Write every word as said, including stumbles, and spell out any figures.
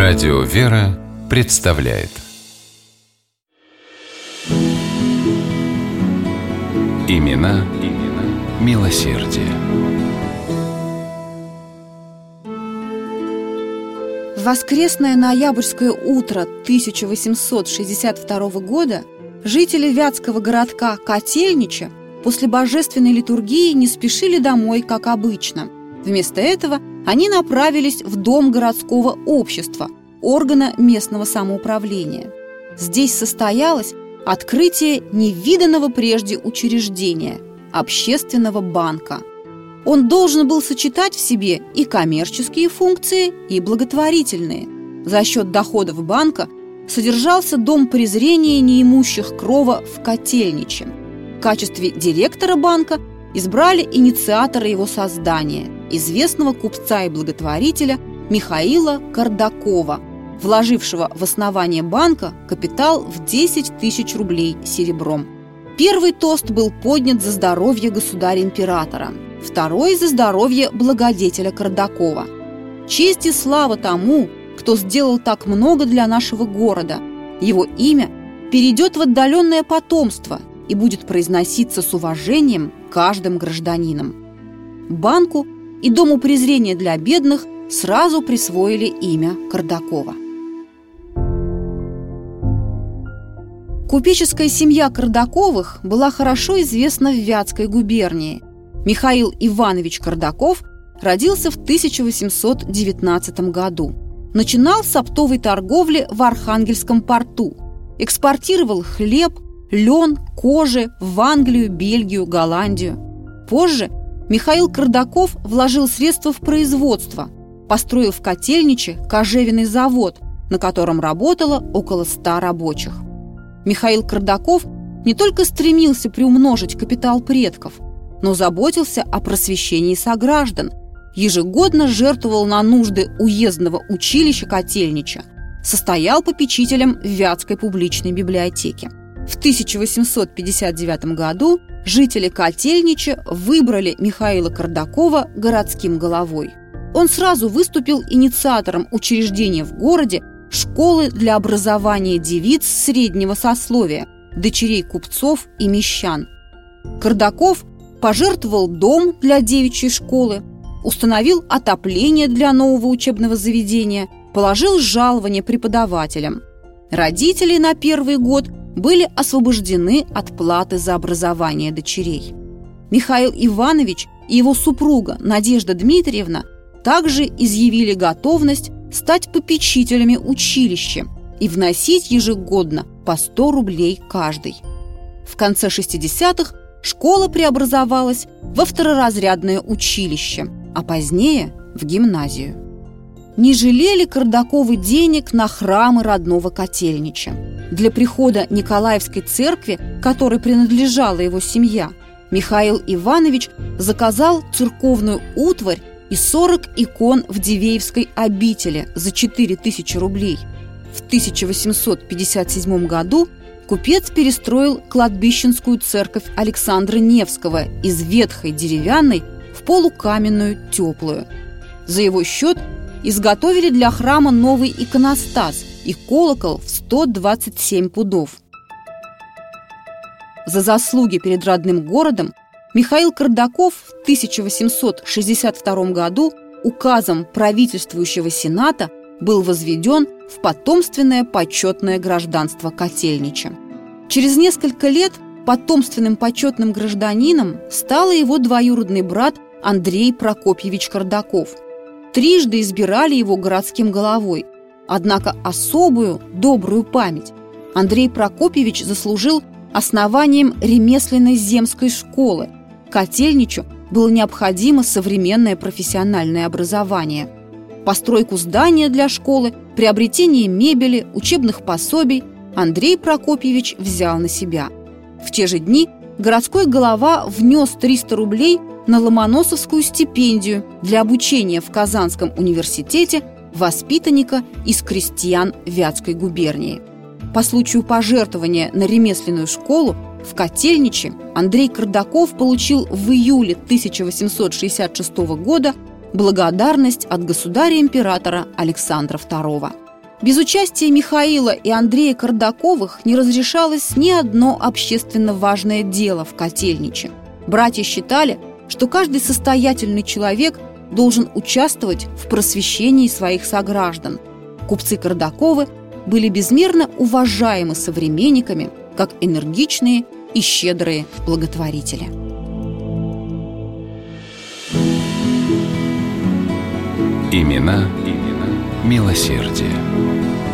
Радио «Вера» представляет Имена, имена милосердия. В воскресное ноябрьское утро тысяча восемьсот шестьдесят второго года жители вятского городка Котельнича после божественной литургии не спешили домой, как обычно. Вместо этого они направились в Дом городского общества, органа местного самоуправления. Здесь состоялось открытие невиданного прежде учреждения – общественного банка. Он должен был сочетать в себе и коммерческие функции, и благотворительные. За счет доходов банка содержался дом презрения неимущих крова в Котельниче. В качестве директора банка избрали инициатора его создания, известного купца и благотворителя Михаила Кардакова, вложившего в основание банка капитал в десять тысяч рублей серебром. Первый тост был поднят за здоровье государя-императора, второй – за здоровье благодетеля Кардакова. Честь и слава тому, кто сделал так много для нашего города. Его имя перейдет в отдаленное потомство и будет произноситься с уважением каждым гражданином. Банку и Дому презрения для бедных сразу присвоили имя Кардакова. Купеческая семья Кардаковых была хорошо известна в Вятской губернии. Михаил Иванович Кардаков родился в тысяча восемьсот девятнадцатом году. Начинал с оптовой торговли в Архангельском порту. Экспортировал хлеб, лен, кожи в Англию, Бельгию, Голландию. Позже Михаил Кардаков вложил средства в производство, построил в Котельниче кожевенный завод, на котором работало около ста рабочих. Михаил Кардаков не только стремился приумножить капитал предков, но заботился о просвещении сограждан, ежегодно жертвовал на нужды уездного училища Котельнича, состоял попечителем Вятской публичной библиотеки. В тысяча восемьсот пятьдесят девятом году жители Котельнича выбрали Михаила Кардакова городским головой. Он сразу выступил инициатором учреждения в городе школы для образования девиц среднего сословия, дочерей купцов и мещан. Кардаков пожертвовал дом для девичьей школы, установил отопление для нового учебного заведения, положил жалование преподавателям. Родители на первый год были освобождены от платы за образование дочерей. Михаил Иванович и его супруга Надежда Дмитриевна также изъявили готовность стать попечителями училища и вносить ежегодно по сто рублей каждый. В конце шестидесятых школа преобразовалась во второразрядное училище, а позднее – в гимназию. Не жалели Кардаковы денег на храмы родного Котельнича. Для прихода Николаевской церкви, которой принадлежала его семья, Михаил Иванович заказал церковную утварь и сорок икон в Дивеевской обители за четыре тысячи рублей. В тысяча восемьсот пятьдесят седьмом году купец перестроил кладбищенскую церковь Александра Невского из ветхой деревянной в полукаменную теплую. За его счет изготовили для храма новый иконостас и колокол в сто двадцать семь пудов. За заслуги перед родным городом Михаил Кардаков в тысяча восемьсот шестьдесят втором году указом правительствующего сената был возведен в потомственное почетное гражданство Котельнича. Через несколько лет потомственным почетным гражданином стал его двоюродный брат Андрей Прокопьевич Кардаков. Трижды избирали его городским головой, однако особую добрую память Андрей Прокопьевич заслужил основанием ремесленной земской школы. Котельничу было необходимо современное профессиональное образование. Постройку здания для школы, приобретение мебели, учебных пособий Андрей Прокопьевич взял на себя. В те же дни городской голова внес триста рублей на Ломоносовскую стипендию для обучения в Казанском университете воспитанника из крестьян Вятской губернии. По случаю пожертвования на ремесленную школу в Котельниче Андрей Кардаков получил в июле тысяча восемьсот шестьдесят шестого года благодарность от государя-императора Александра второго. Без участия Михаила и Андрея Кардаковых не разрешалось ни одно общественно важное дело в Котельниче. Братья считали, что каждый состоятельный человек должен участвовать в просвещении своих сограждан. Купцы Кардаковы были безмерно уважаемы современниками как энергичные и щедрые благотворители. Имена, имена милосердия.